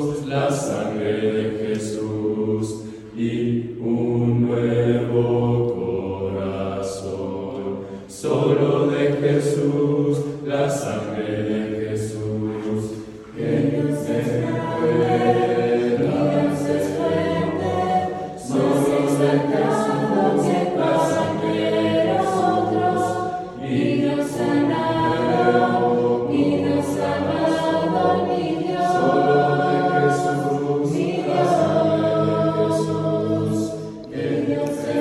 la sangre de Jesús y un nuevo corazón. Solo de Jesús, la sangre de Jesús, que no se pueda despertar. Solo de Jesús, la sangre de nosotros, y nos sanado, y nos amado, mi Dios. Solo de Jesús, la sangre de Jesús, que Dios se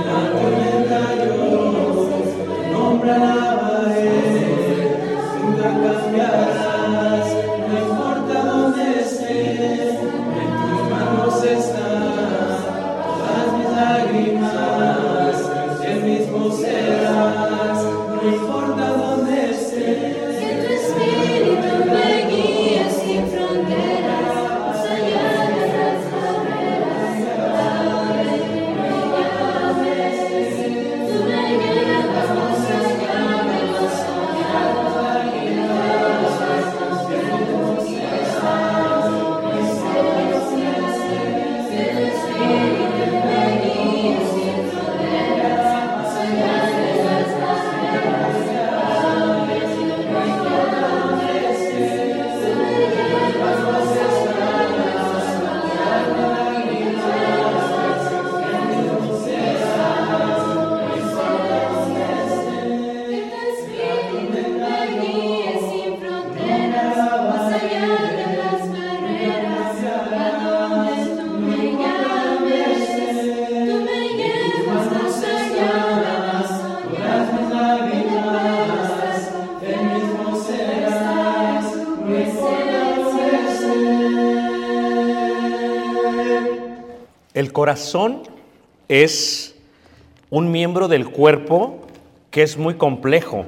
nombre alabaré, nunca cambiarás, no importa dónde estés, en tus manos están todas mis lágrimas, el mismo serás, no importa dónde estés. Que tu espíritu me guíe sin fronteras, más allá de las barreras, a donde tú me llames. Tú me llevas más allá de lo soñado, y de los pasos que hemos trazado. Que tu espíritu me guíe sin fronteras, más allá de las barreras, a donde tú me llames. Tú me llevas más allá de lo soñado, y de los pasos que hemos trazado. Que tu espíritu me guíe sin fronteras, más allá de las barreras, a donde tú me llames. Tú me llevas más allá de lo soñado, y de los pasos que hemos trazado. El corazón es un miembro del cuerpo que es muy complejo.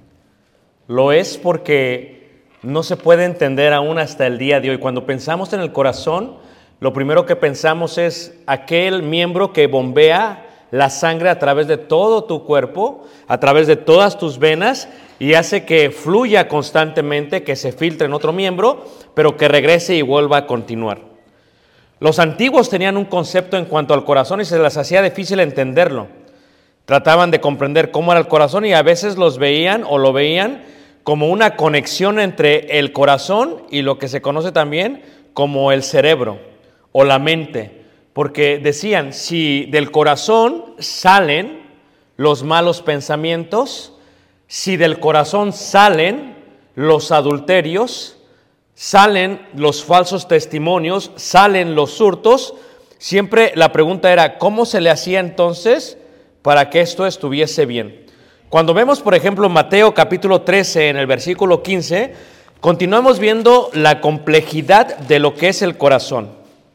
Lo es porque no se puede entender aún hasta el día de hoy. Cuando pensamos en el corazón, lo primero que pensamos es aquel miembro que bombea la sangre a través de todo tu cuerpo, a través de todas tus venas, y hace que fluya constantemente, que se filtre en otro miembro, pero que regrese y vuelva a continuar. Los antiguos tenían un concepto en cuanto al corazón y se les hacía difícil entenderlo. Trataban de comprender cómo era el corazón y a veces lo veían como una conexión entre el corazón y lo que se conoce también como el cerebro o la mente. Porque decían, si del corazón salen los malos pensamientos, si del corazón salen los adulterios, salen los falsos testimonios, salen los hurtos, siempre la pregunta era, ¿cómo se le hacía entonces para que esto estuviese bien? Cuando vemos, por ejemplo, Mateo capítulo 13, en el versículo 15, continuamos viendo la complejidad de lo que es el corazón.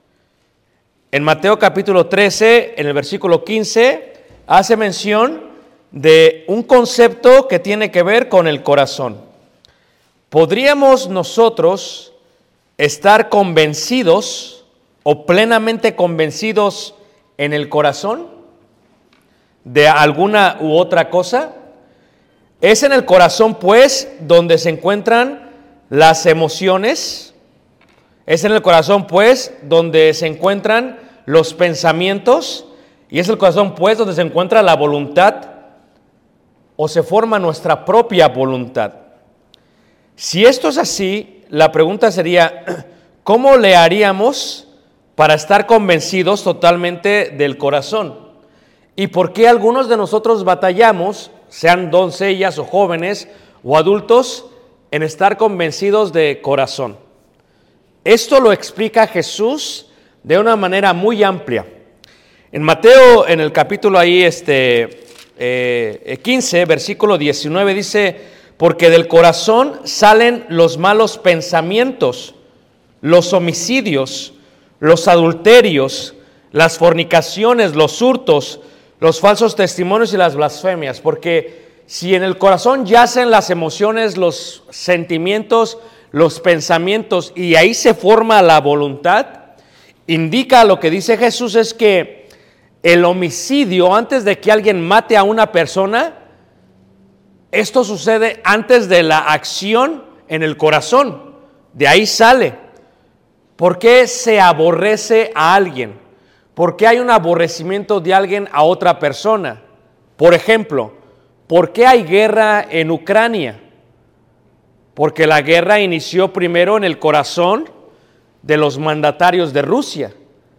En Mateo capítulo 13, en el versículo 15, hace mención de un concepto que tiene que ver con el corazón. ¿Podríamos nosotros estar convencidos o plenamente convencidos en el corazón de alguna u otra cosa? Es en el corazón, pues, donde se encuentran las emociones. Es en el corazón, pues, donde se encuentran los pensamientos. Y es el corazón, pues, donde se encuentra la voluntad o se forma nuestra propia voluntad. Si esto es así, la pregunta sería, ¿cómo le haríamos para estar convencidos totalmente del corazón? ¿Y por qué algunos de nosotros batallamos, sean doncellas o jóvenes o adultos, en estar convencidos de corazón? Esto lo explica Jesús de una manera muy amplia. En Mateo, en el capítulo 15, versículo 19, dice: porque del corazón salen los malos pensamientos, los homicidios, los adulterios, las fornicaciones, los hurtos, los falsos testimonios y las blasfemias. Porque si en el corazón yacen las emociones, los sentimientos, los pensamientos, y ahí se forma la voluntad, indica lo que dice Jesús es que el homicidio, antes de que alguien mate a una persona, esto sucede antes de la acción en el corazón. De ahí sale. ¿Por qué se aborrece a alguien? ¿Por qué hay un aborrecimiento de alguien a otra persona? Por ejemplo, ¿por qué hay guerra en Ucrania? Porque la guerra inició primero en el corazón de los mandatarios de Rusia,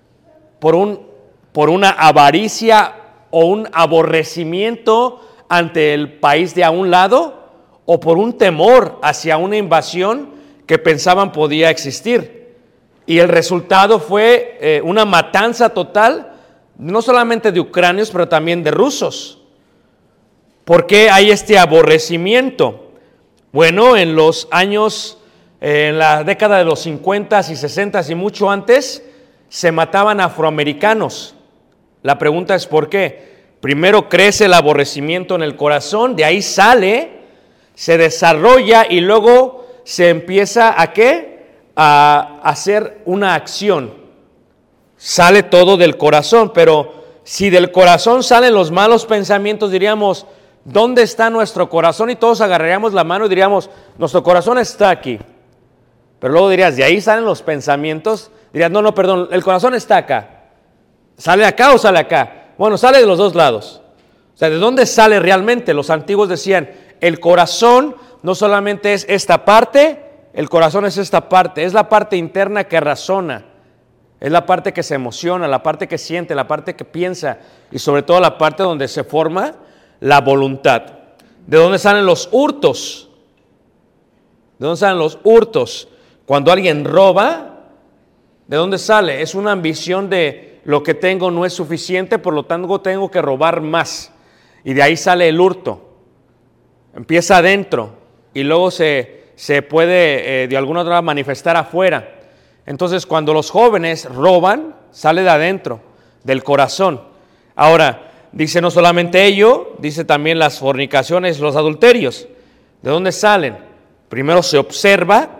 por una avaricia o un aborrecimiento ante el país de a un lado, o por un temor hacia una invasión que pensaban podía existir. Y el resultado fue una matanza total, no solamente de ucranios, pero también de rusos. ¿Por qué hay este aborrecimiento? Bueno, en los años, en la década de los 50s y 60s y mucho antes, se mataban afroamericanos. La pregunta es ¿por qué? Primero crece el aborrecimiento en el corazón, de ahí sale, se desarrolla y luego se empieza ¿a qué? A hacer una acción. Sale todo del corazón, pero si del corazón salen los malos pensamientos, diríamos, ¿dónde está nuestro corazón? Y todos agarraríamos la mano y diríamos, nuestro corazón está aquí. Pero luego dirías, ¿de ahí salen los pensamientos? Dirías, no, perdón, el corazón está acá. ¿Sale acá o sale acá? Bueno, sale de los dos lados. O sea, ¿de dónde sale realmente? Los antiguos decían, el corazón no solamente es esta parte, el corazón es esta parte, es la parte interna que razona, es la parte que se emociona, la parte que siente, la parte que piensa y sobre todo la parte donde se forma la voluntad. ¿De dónde salen los hurtos? ¿De dónde salen los hurtos? Cuando alguien roba, ¿de dónde sale? Es una ambición de lo que tengo no es suficiente, por lo tanto tengo que robar más. Y de ahí sale el hurto. Empieza adentro y luego se puede de alguna otra manifestar afuera. Entonces cuando los jóvenes roban, sale de adentro, del corazón. Ahora, dice no solamente ello, dice también las fornicaciones, los adulterios. ¿De dónde salen? Primero se observa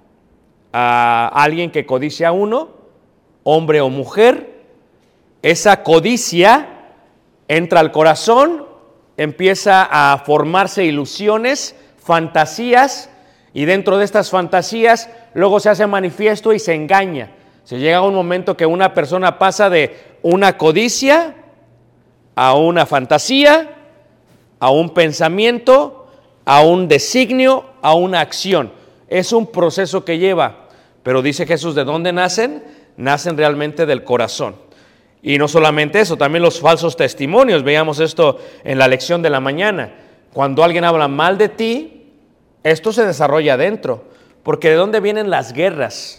a alguien que codicia a uno, hombre o mujer. Esa codicia entra al corazón, empieza a formarse ilusiones, fantasías, y dentro de estas fantasías luego se hace manifiesto y se engaña. Se llega a un momento que una persona pasa de una codicia a una fantasía, a un pensamiento, a un designio, a una acción. Es un proceso que lleva, pero dice Jesús, ¿de dónde nacen? Nacen realmente del corazón. Y no solamente eso, también los falsos testimonios. Veíamos esto en la lección de la mañana. Cuando alguien habla mal de ti, esto se desarrolla adentro. Porque ¿de dónde vienen las guerras?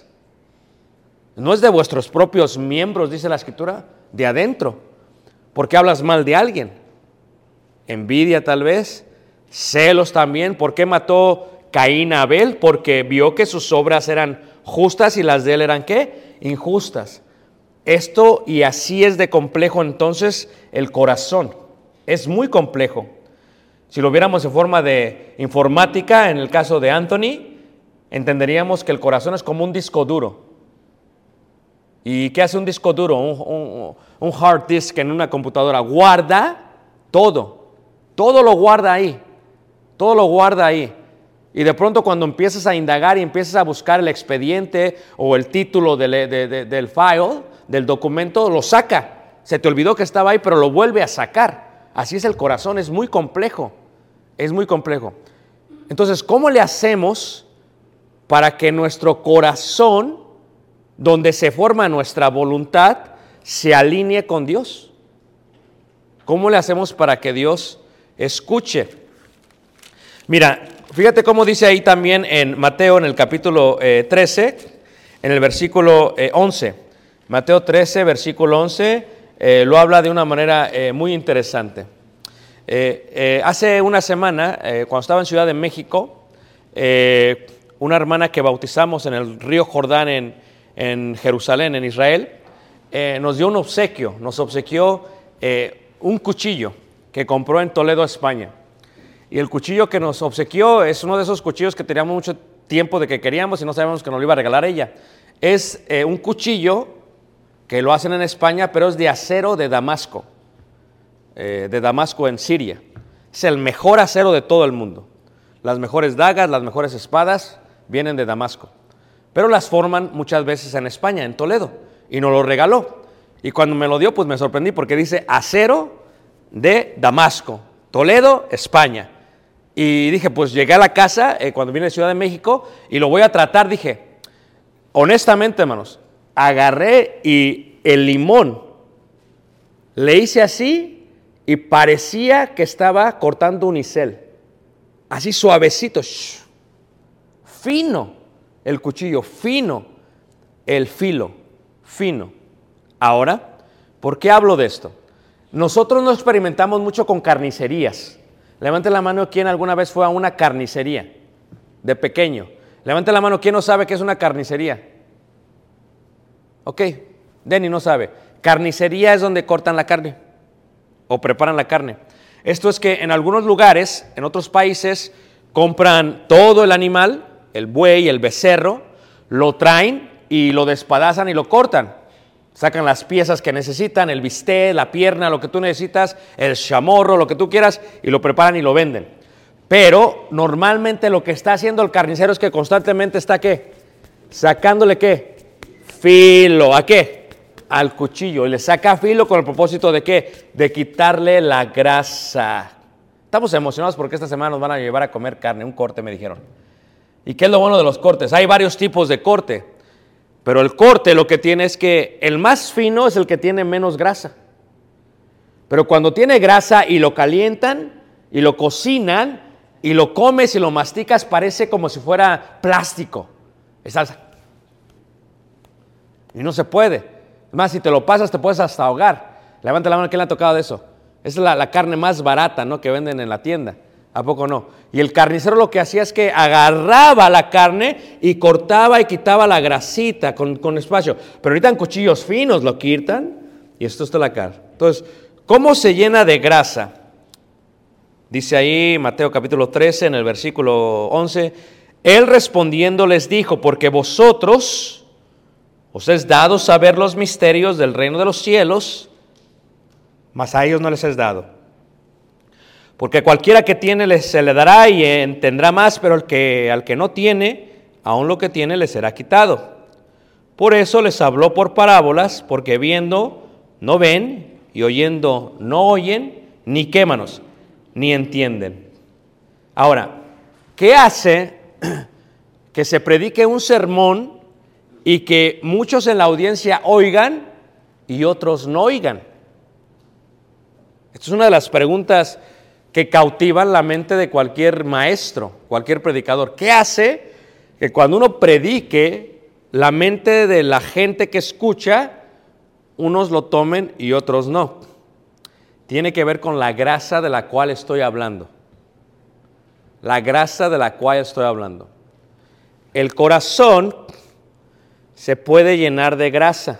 No es de vuestros propios miembros, dice la Escritura, de adentro. ¿Por qué hablas mal de alguien? Envidia tal vez, celos también. ¿Por qué mató Caín a Abel? Porque vio que sus obras eran justas y las de él eran ¿qué? Injustas. Esto y así es de complejo entonces el corazón. Es muy complejo. Si lo viéramos en forma de informática, en el caso de Anthony, entenderíamos que el corazón es como un disco duro. ¿Y qué hace un disco duro? Un hard disk en una computadora. Guarda todo. Todo lo guarda ahí. Todo lo guarda ahí. Y de pronto cuando empiezas a indagar y empiezas a buscar el expediente o el título del file, del documento, lo saca. Se te olvidó que estaba ahí, pero lo vuelve a sacar. Así es el corazón, es muy complejo. Es muy complejo. Entonces, ¿cómo le hacemos para que nuestro corazón, donde se forma nuestra voluntad, se alinee con Dios? ¿Cómo le hacemos para que Dios escuche? Mira, fíjate cómo dice ahí también en Mateo, en el capítulo 13, en el versículo 11. Mateo 13, versículo 11, lo habla de una manera muy interesante. Hace una semana, cuando estaba en Ciudad de México, una hermana que bautizamos en el río Jordán en Jerusalén, en Israel, nos dio un obsequio. Nos obsequió un cuchillo que compró en Toledo, España. Y el cuchillo que nos obsequió es uno de esos cuchillos que teníamos mucho tiempo de que queríamos y no sabíamos que nos lo iba a regalar ella. Es un cuchillo que lo hacen en España, pero es de acero de Damasco en Siria. Es el mejor acero de todo el mundo. Las mejores dagas, las mejores espadas vienen de Damasco. pero las forman muchas veces en España, en Toledo, y nos lo regaló. Y cuando me lo dio, pues me sorprendí porque dice acero de Damasco, Toledo, España. Y dije, pues llegué a la casa cuando vine de Ciudad de México y lo voy a tratar. Dije, honestamente, hermanos, agarré y el limón le hice así y parecía que estaba cortando unicel. Así suavecito, fino el cuchillo, fino el filo, fino. Ahora, ¿por qué hablo de esto? Nosotros no experimentamos mucho con carnicerías. Levante la mano quien alguna vez fue a una carnicería de pequeño. Levante la mano quien no sabe qué es una carnicería. Ok, Denny no sabe. Carnicería es donde cortan la carne o preparan la carne. Esto es que en algunos lugares, en otros países, compran todo el animal, el buey, el becerro, lo traen y lo despedazan y lo cortan. Sacan las piezas que necesitan, el bistec, la pierna, lo que tú necesitas, el chamorro, lo que tú quieras, y lo preparan y lo venden. Pero normalmente lo que está haciendo el carnicero es que constantemente está, ¿qué? Sacándole, ¿qué? Filo. ¿A qué? Al cuchillo. Y le saca filo con el propósito de, ¿qué? De quitarle la grasa. Estamos emocionados porque esta semana nos van a llevar a comer carne, un corte me dijeron. ¿Y qué es lo bueno de los cortes? Hay varios tipos de corte. Pero el corte lo que tiene es que el más fino es el que tiene menos grasa. Pero cuando tiene grasa y lo calientan y lo cocinan y lo comes y lo masticas, parece como si fuera plástico. Es salsa. Y no se puede. Es más, si te lo pasas te puedes hasta ahogar. Levanta la mano, ¿quién le ha tocado de eso? Esa es la carne más barata, ¿no? Que venden en la tienda. ¿A poco no? Y el carnicero lo que hacía es que agarraba la carne y cortaba y quitaba la grasita con espacio. Pero ahorita en cuchillos finos lo quitan y esto está la carne. Entonces, ¿cómo se llena de grasa? Dice ahí Mateo capítulo 13 en el versículo 11. Él respondiendo les dijo, porque vosotros os es dado saber los misterios del reino de los cielos, mas a ellos no les es dado. Porque cualquiera que tiene se le dará y tendrá más, pero al que no tiene, aún lo que tiene le será quitado. Por eso les habló por parábolas, porque viendo no ven y oyendo no oyen, ni qué, manos, ni entienden. Ahora, ¿qué hace que se predique un sermón y que muchos en la audiencia oigan y otros no oigan? Esta es una de las preguntas que cautivan la mente de cualquier maestro, cualquier predicador. ¿Qué hace que cuando uno predique, la mente de la gente que escucha, unos lo tomen y otros no? Tiene que ver con la grasa de la cual estoy hablando. La grasa de la cual estoy hablando. El corazón se puede llenar de grasa.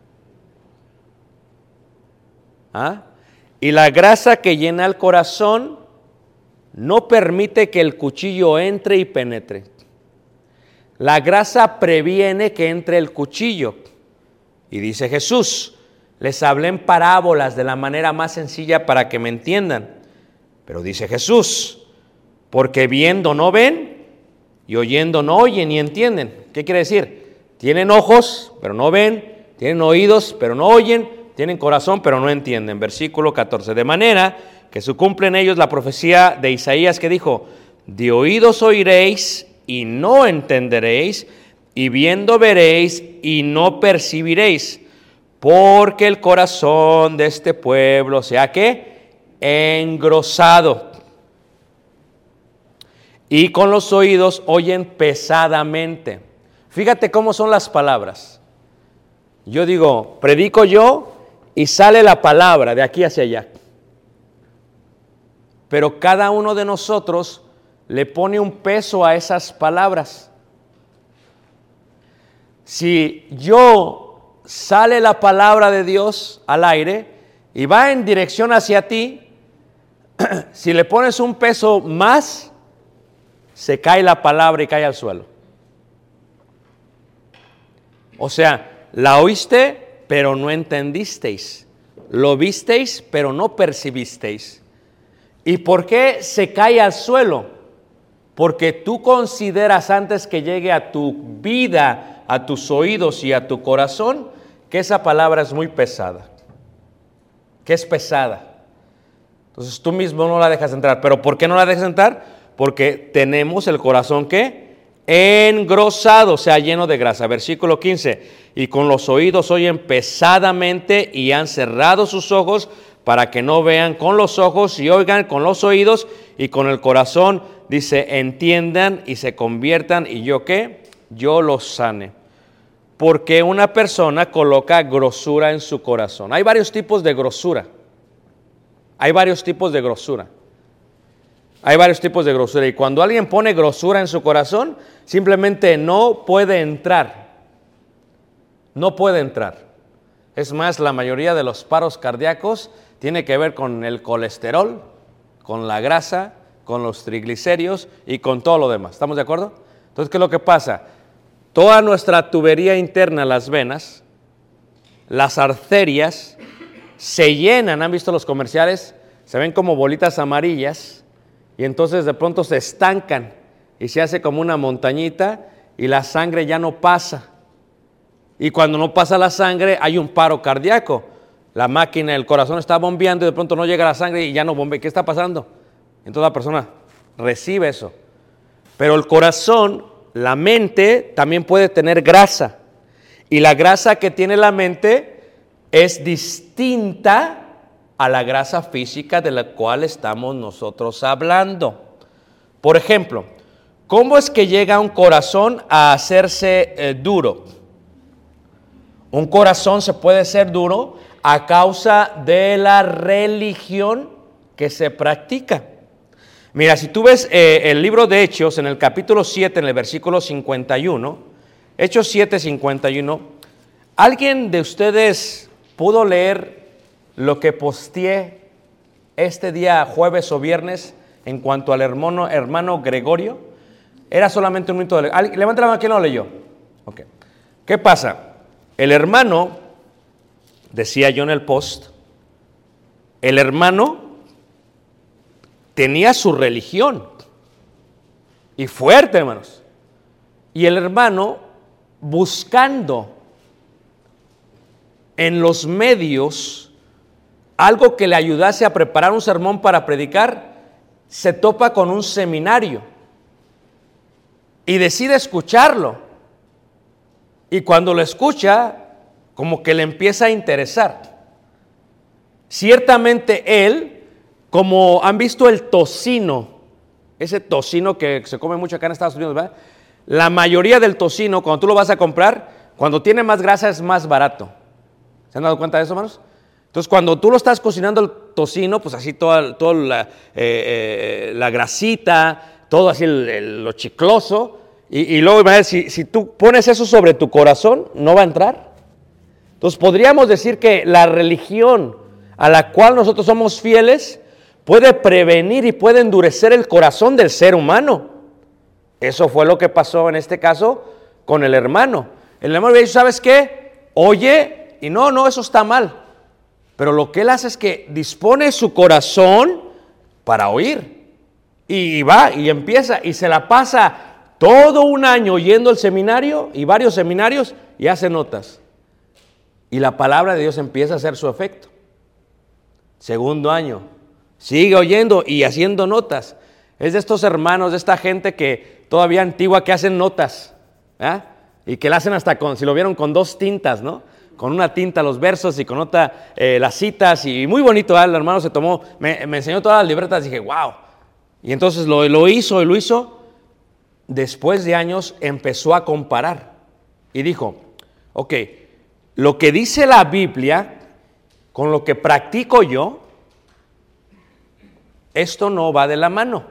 ¿Ah? Y la grasa que llena el corazón no permite que el cuchillo entre y penetre. La grasa previene que entre el cuchillo. Y dice Jesús, les hablé en parábolas de la manera más sencilla para que me entiendan. Pero dice Jesús, porque viendo no ven y oyendo no oyen ni entienden. ¿Qué quiere decir? Tienen ojos, pero no ven, tienen oídos, pero no oyen, tienen corazón, pero no entienden. Versículo 14. De manera que se cumple en ellos la profecía de Isaías que dijo, de oídos oiréis y no entenderéis, y viendo veréis y no percibiréis, porque el corazón de este pueblo se ha ¿qué? Engrosado. Y con los oídos oyen pesadamente. Fíjate cómo son las palabras. Yo digo, predico yo, y sale la palabra de aquí hacia allá. Pero cada uno de nosotros le pone un peso a esas palabras. Si yo sale la palabra de Dios al aire y va en dirección hacia ti, si le pones un peso más, se cae la palabra y cae al suelo. O sea, la oíste, pero no entendisteis. Lo visteis, pero no percibisteis. ¿Y por qué se cae al suelo? porque tú consideras antes que llegue a tu vida, a tus oídos y a tu corazón, que esa palabra es muy pesada, que es pesada. Entonces tú mismo no la dejas entrar. ¿Pero por qué no la dejas entrar? Porque tenemos el corazón, ¿qué? Engrosado, o sea, lleno de grasa. Versículo 15, y con los oídos oyen pesadamente y han cerrado sus ojos para que no vean con los ojos y oigan con los oídos y con el corazón, dice, entiendan y se conviertan y yo ¿qué? Yo los sane. Porque una persona coloca grosura en su corazón. Hay varios tipos de grosura. Hay varios tipos de grosura. Hay varios tipos de grosura. Y cuando alguien pone grosura en su corazón, simplemente no puede entrar. No puede entrar. Es más, la mayoría de los paros cardíacos tiene que ver con el colesterol, con la grasa, con los triglicéridos y con todo lo demás. ¿Estamos de acuerdo? Entonces, ¿qué es lo que pasa? Toda nuestra tubería interna, las venas, las arterias, se llenan. ¿Han visto los comerciales? Se ven como bolitas amarillas y entonces de pronto se estancan y se hace como una montañita y la sangre ya no pasa. Y cuando no pasa la sangre hay un paro cardíaco. La máquina, el corazón está bombeando y de pronto no llega la sangre y ya no bombea. ¿Qué está pasando? Entonces la persona recibe eso. Pero el corazón, la mente, también puede tener grasa. Y la grasa que tiene la mente es distinta a la grasa física de la cual estamos nosotros hablando. Por ejemplo, ¿cómo es que llega un corazón a hacerse duro? Un corazón se puede ser duro a causa de la religión que se practica. Mira, si tú ves el libro de Hechos, en el capítulo 7, en el versículo 51, Hechos 7, 51, ¿alguien de ustedes pudo leer lo que posteé este día, jueves o viernes, en cuanto al hermano Gregorio? Era solamente un minuto de leer. Levanta la mano, ¿quién lo leyó? Okay. ¿Qué pasa? El hermano, decía yo en el post, el hermano tenía su religión, y fuerte, hermanos, y el hermano buscando en los medios algo que le ayudase a preparar un sermón para predicar, se topa con un seminario y decide escucharlo. Y cuando lo escucha, como que le empieza a interesar. Ciertamente él, como han visto el tocino, ese tocino que se come mucho acá en Estados Unidos, ¿verdad? La mayoría del tocino, cuando tú lo vas a comprar, cuando tiene más grasa es más barato. ¿Se han dado cuenta de eso, hermanos? Entonces, cuando tú lo estás cocinando el tocino, pues así toda la grasita, todo así lo chicloso, y luego si tú pones eso sobre tu corazón, no va a entrar. Entonces, podríamos decir que la religión a la cual nosotros somos fieles puede prevenir y puede endurecer el corazón del ser humano. Eso fue lo que pasó en este caso con el hermano. El hermano le dice, ¿sabes qué? Oye, y no, eso está mal. Pero lo que él hace es que dispone su corazón para oír. Y va y empieza y se la pasa todo un año yendo al seminario y varios seminarios y hace notas. Y la palabra de Dios empieza a hacer su efecto. Segundo año, sigue oyendo y haciendo notas. Es de estos hermanos, de esta gente que todavía antigua que hacen notas, ¿eh? Y que la hacen hasta si lo vieron con dos tintas, ¿no? Con una tinta los versos y con otra las citas, y muy bonito, ¿eh? El hermano se tomó, me enseñó todas las libretas, dije, wow. Y entonces lo hizo. Después de años empezó a comparar y dijo, ok, lo que dice la Biblia con lo que practico yo, esto no va de la mano.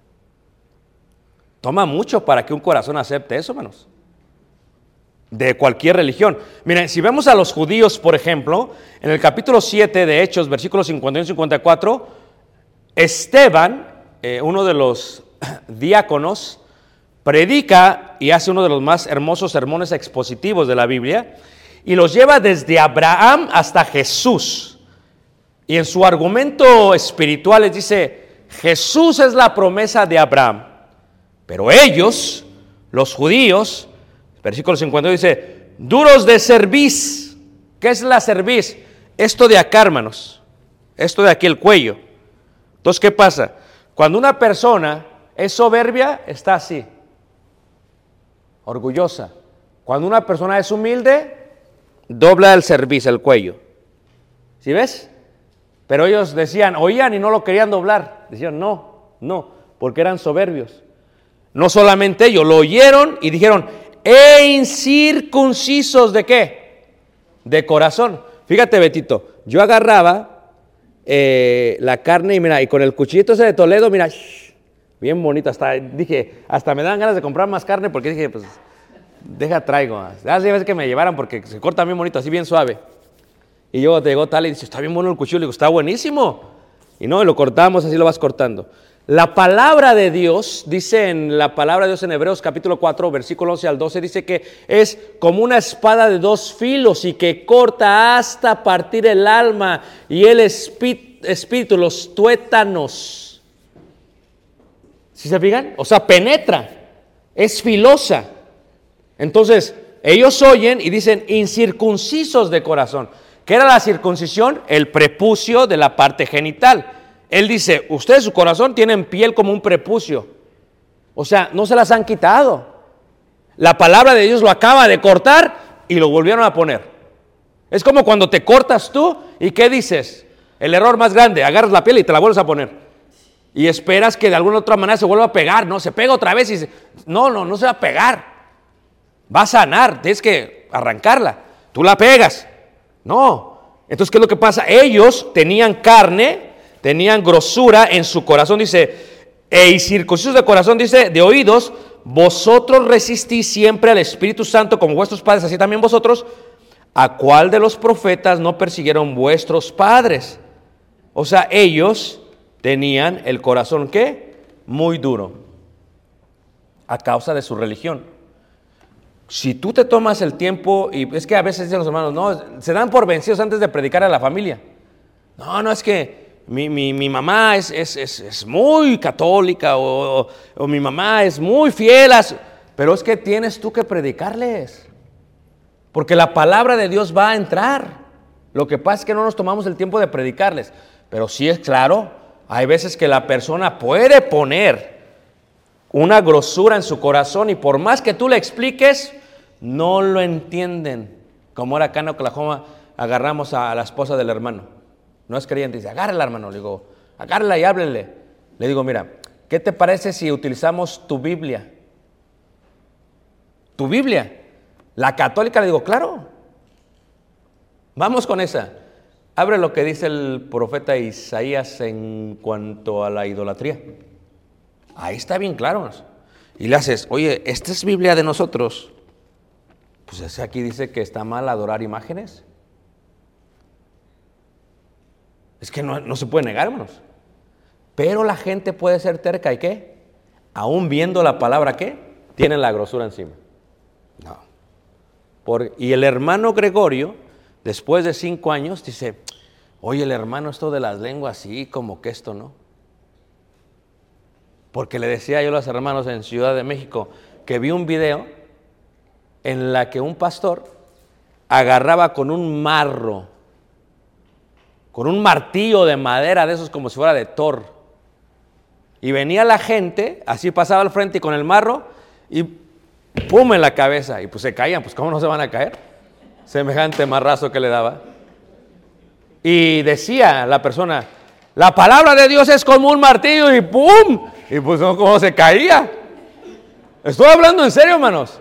Toma mucho para que un corazón acepte eso, hermanos. De cualquier religión. Miren, si vemos a los judíos, por ejemplo, en el capítulo 7 de Hechos, versículos 51 y 54, Esteban, uno de los diáconos, predica y hace uno de los más hermosos sermones expositivos de la Biblia y los lleva desde Abraham hasta Jesús. Y en su argumento espiritual les dice, Jesús es la promesa de Abraham, Pero ellos, los judíos, versículo 52 dice, duros de cerviz. ¿Qué es la cerviz? Esto de acá, hermanos. Esto de aquí, el cuello. Entonces, ¿qué pasa? Cuando una persona es soberbia, está así, orgullosa. Cuando una persona es humilde, dobla el cerviz, el cuello. ¿Sí ves? Pero ellos decían, oían y no lo querían doblar. Decían, no, porque eran soberbios. No solamente ellos, lo oyeron y dijeron, incircuncisos ¿de qué? De corazón. Fíjate, Betito, yo agarraba la carne y mira, y con el cuchillito ese de Toledo, mira, bien bonito, hasta me dan ganas de comprar más carne porque dije, pues, traigo. Hace veces que me llevaran porque se corta bien bonito, así bien suave. Y yo llegó tal y dice, está bien bueno el cuchillo, le digo, está buenísimo. Y no, lo cortamos, así lo vas cortando. La palabra de Dios, dice en la palabra de Dios en Hebreos capítulo 4, versículo 11 al 12, dice que es como una espada de dos filos y que corta hasta partir el alma y el espíritu, los tuétanos. ¿Sí se fijan? O sea, penetra, es filosa. Entonces, ellos oyen y dicen incircuncisos de corazón. ¿Qué era la circuncisión? El prepucio de la parte genital. Él dice, ustedes su corazón tienen piel como un prepucio. O sea, no se las han quitado. La palabra de Dios lo acaba de cortar y lo volvieron a poner. Es como cuando te cortas tú y ¿qué dices? El error más grande, agarras la piel y te la vuelves a poner. Y esperas que de alguna otra manera se vuelva a pegar. No, se pega otra vez y no se va a pegar. Va a sanar, tienes que arrancarla. Tú la pegas. No. Entonces, ¿qué es lo que pasa? Ellos tenían carne, tenían grosura en su corazón, dice, incircuncisos de corazón, dice, de oídos, vosotros resistís siempre al Espíritu Santo como vuestros padres, así también vosotros, ¿a cuál de los profetas no persiguieron vuestros padres? O sea, ellos tenían el corazón, ¿qué? Muy duro, a causa de su religión. Si tú te tomas el tiempo, y es que a veces dicen los hermanos, no, se dan por vencidos antes de predicar a la familia. No, es que mi mamá es muy católica o mi mamá es muy fiel, pero es que tienes tú que predicarles, porque la palabra de Dios va a entrar. Lo que pasa es que no nos tomamos el tiempo de predicarles, pero sí es claro, hay veces que la persona puede poner una grosura en su corazón y por más que tú le expliques, no lo entienden. Como era acá en Oklahoma, agarramos a la esposa del hermano. No es creyente, dice, agárrala, hermano. Le digo, agárrala y háblenle. Le digo, mira, ¿qué te parece si utilizamos tu Biblia? ¿Tu Biblia? La católica, le digo, claro. Vamos con esa. Abre lo que dice el profeta Isaías en cuanto a la idolatría. Ahí está bien claro. Y le haces, oye, ¿esta es Biblia de nosotros? Pues aquí dice que está mal adorar imágenes. Es que no se puede negar, hermanos. Pero la gente puede ser terca, ¿y qué? Aún viendo la palabra, ¿qué? Tienen la grosura encima. No. Y el hermano Gregorio, después de 5 años, dice, oye, el hermano, esto de las lenguas, sí, como que esto, ¿no? Porque le decía yo a los hermanos en Ciudad de México que vi un video en la que un pastor agarraba con un marro, con un martillo de madera de esos como si fuera de Thor. Y venía la gente, así pasaba al frente y con el marro y ¡pum! En la cabeza. Y pues se caían, pues ¿cómo no se van a caer? Semejante marrazo que le daba. Y decía la persona, la palabra de Dios es como un martillo y ¡pum! Y pues no, ¿cómo se caía? Estoy hablando en serio, hermanos.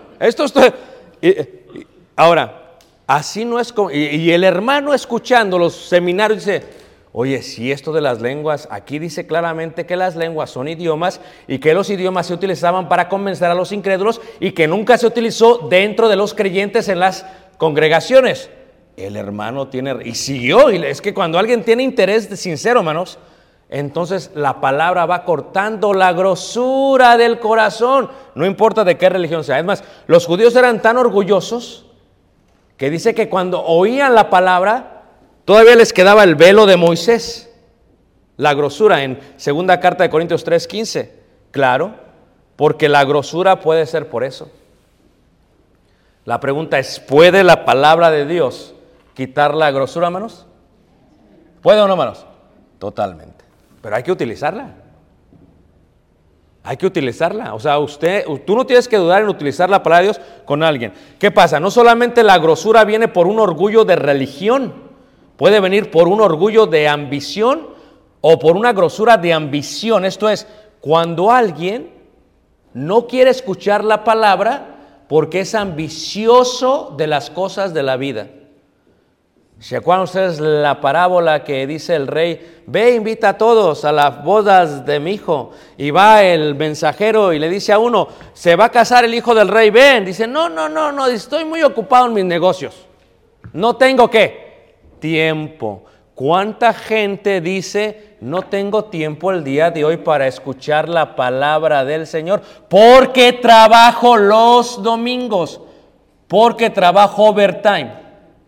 Ahora, así no es como... Y el hermano escuchando los seminarios dice, oye, si esto de las lenguas, aquí dice claramente que las lenguas son idiomas y que los idiomas se utilizaban para convencer a los incrédulos y que nunca se utilizó dentro de los creyentes en las congregaciones. El hermano tiene... Y siguió, y es que cuando alguien tiene interés sincero, hermanos, entonces la palabra va cortando la grosura del corazón, no importa de qué religión sea. Es más, los judíos eran tan orgullosos que dice que cuando oían la palabra, todavía les quedaba el velo de Moisés. La grosura en 2 carta de Corintios 3:15. Claro, Porque la grosura puede ser por eso. La pregunta es, ¿puede la palabra de Dios quitar la grosura, hermanos? ¿Puede o no, hermanos? Totalmente. Pero hay que utilizarla. Hay que utilizarla. O sea, tú no tienes que dudar en utilizar la palabra de Dios con alguien. ¿Qué pasa? No solamente la grosura viene por un orgullo de religión, puede venir por un orgullo de ambición o por una grosura de ambición. Esto es, cuando alguien no quiere escuchar la palabra porque es ambicioso de las cosas de la vida. ¿Se acuerdan ustedes la parábola que dice el rey? Ve, invita a todos a las bodas de mi hijo. Y va el mensajero y le dice a uno, se va a casar el hijo del rey, ven. Dice, no, estoy muy ocupado en mis negocios. No tengo ¿qué? Tiempo. ¿Cuánta gente dice, no tengo tiempo el día de hoy para escuchar la palabra del Señor? Porque trabajo los domingos, porque trabajo overtime.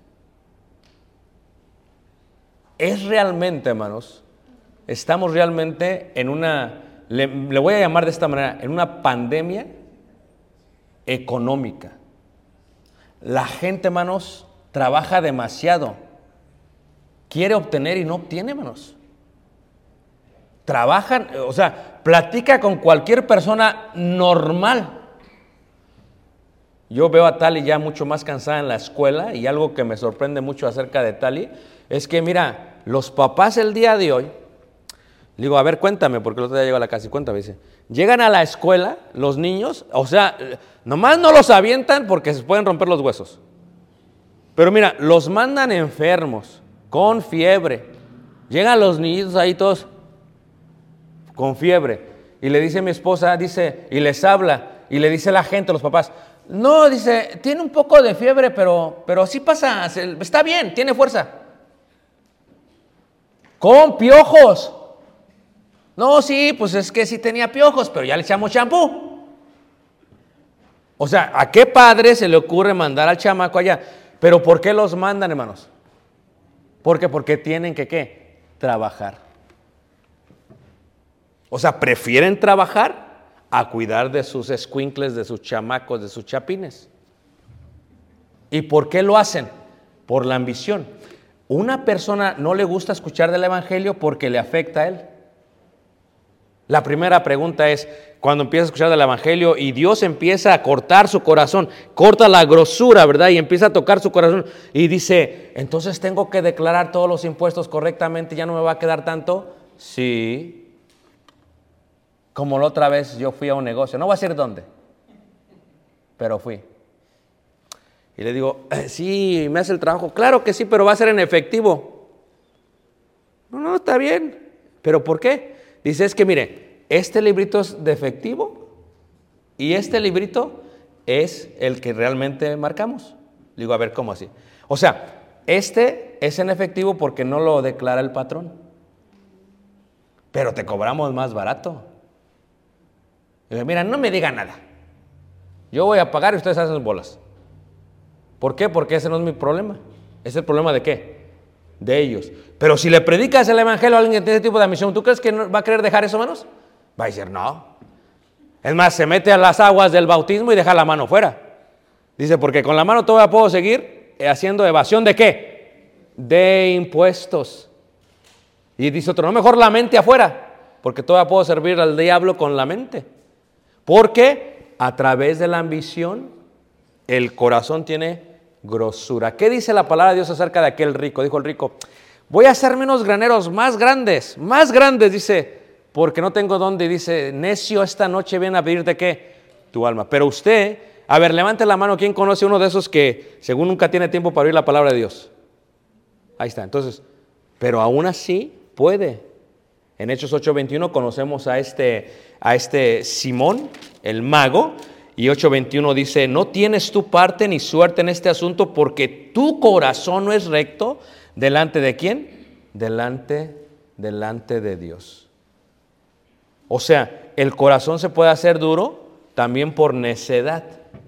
Es realmente, hermanos, estamos realmente en una, le voy a llamar de esta manera, en una pandemia económica. La gente, hermanos, trabaja demasiado. Quiere obtener y no obtiene, hermanos. Trabajan, o sea, platica con cualquier persona normal. Yo veo a Tali ya mucho más cansada en la escuela y algo que me sorprende mucho acerca de Tali es que, mira, los papás el día de hoy, digo, a ver, cuéntame, porque el otro día llego a la casa y cuéntame, dice, llegan a la escuela los niños, o sea, nomás no los avientan porque se pueden romper los huesos. Pero mira, los mandan enfermos, con fiebre. Llegan los niños ahí todos con fiebre. Y le dice mi esposa, dice, y les habla, y le dice la gente, los papás, no, dice, tiene un poco de fiebre, pero sí pasa, está bien, tiene fuerza. Con piojos. No, sí, pues es que sí tenía piojos, pero ya le echamos champú. O sea, ¿a qué padre se le ocurre mandar al chamaco allá? Pero ¿por qué los mandan, hermanos? Porque tienen que, ¿qué? Trabajar. O sea, prefieren trabajar a cuidar de sus escuincles, de sus chamacos, de sus chapines. ¿Y por qué lo hacen? Por la ambición. Una persona no le gusta escuchar del evangelio porque le afecta a él. La primera pregunta es, cuando empieza a escuchar del evangelio y Dios empieza a cortar su corazón, corta la grosura, ¿verdad? Y empieza a tocar su corazón y dice, entonces tengo que declarar todos los impuestos correctamente, ya no me va a quedar tanto. Sí. Como la otra vez yo fui a un negocio, no voy a decir dónde, pero fui. Y le digo, sí, me hace el trabajo. Claro que sí, pero va a ser en efectivo. No, está bien. ¿Pero por qué? Dice, es que mire, este librito es de efectivo y este librito es el que realmente marcamos. Le digo, a ver, ¿cómo así? O sea, este es en efectivo porque no lo declara el patrón, pero te cobramos más barato. Le digo, mira, no me diga nada. Yo voy a pagar y ustedes hacen bolas. ¿Por qué? Porque ese no es mi problema. ¿Es el problema de qué? De ellos. Pero si le predicas el evangelio a alguien que tiene ese tipo de ambición, ¿tú crees que no va a querer dejar eso, hermanos? Va a decir, no. Es más, se mete a las aguas del bautismo y deja la mano fuera. Dice, porque con la mano todavía puedo seguir haciendo evasión ¿de qué? De impuestos. Y dice otro, no, mejor la mente afuera, porque todavía puedo servir al diablo con la mente. Porque a través de la ambición, el corazón tiene grosura. ¿Qué dice la palabra de Dios acerca de aquel rico? Dijo el rico, voy a hacerme unos graneros más grandes, dice, porque no tengo dónde. Dice, necio, esta noche viene a pedirte ¿qué? Tu alma. Pero usted, a ver, levante la mano, ¿quién conoce uno de esos que según nunca tiene tiempo para oír la palabra de Dios? Ahí está, entonces, pero aún así puede. En Hechos 8:21 conocemos a este Simón, el mago. Y 8:21 dice, no tienes tu parte ni suerte en este asunto porque tu corazón no es recto. ¿Delante de quién? Delante de Dios. O sea, el corazón se puede hacer duro también por necedad.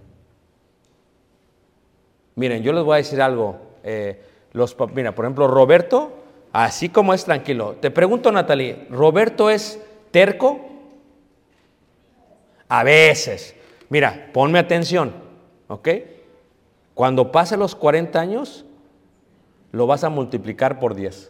Miren, yo les voy a decir algo. Mira, por ejemplo, Roberto, así como es tranquilo. Te pregunto, Natalie, ¿Roberto es terco? A veces. Mira, ponme atención, ¿ok? Cuando pase los 40 años, lo vas a multiplicar por 10.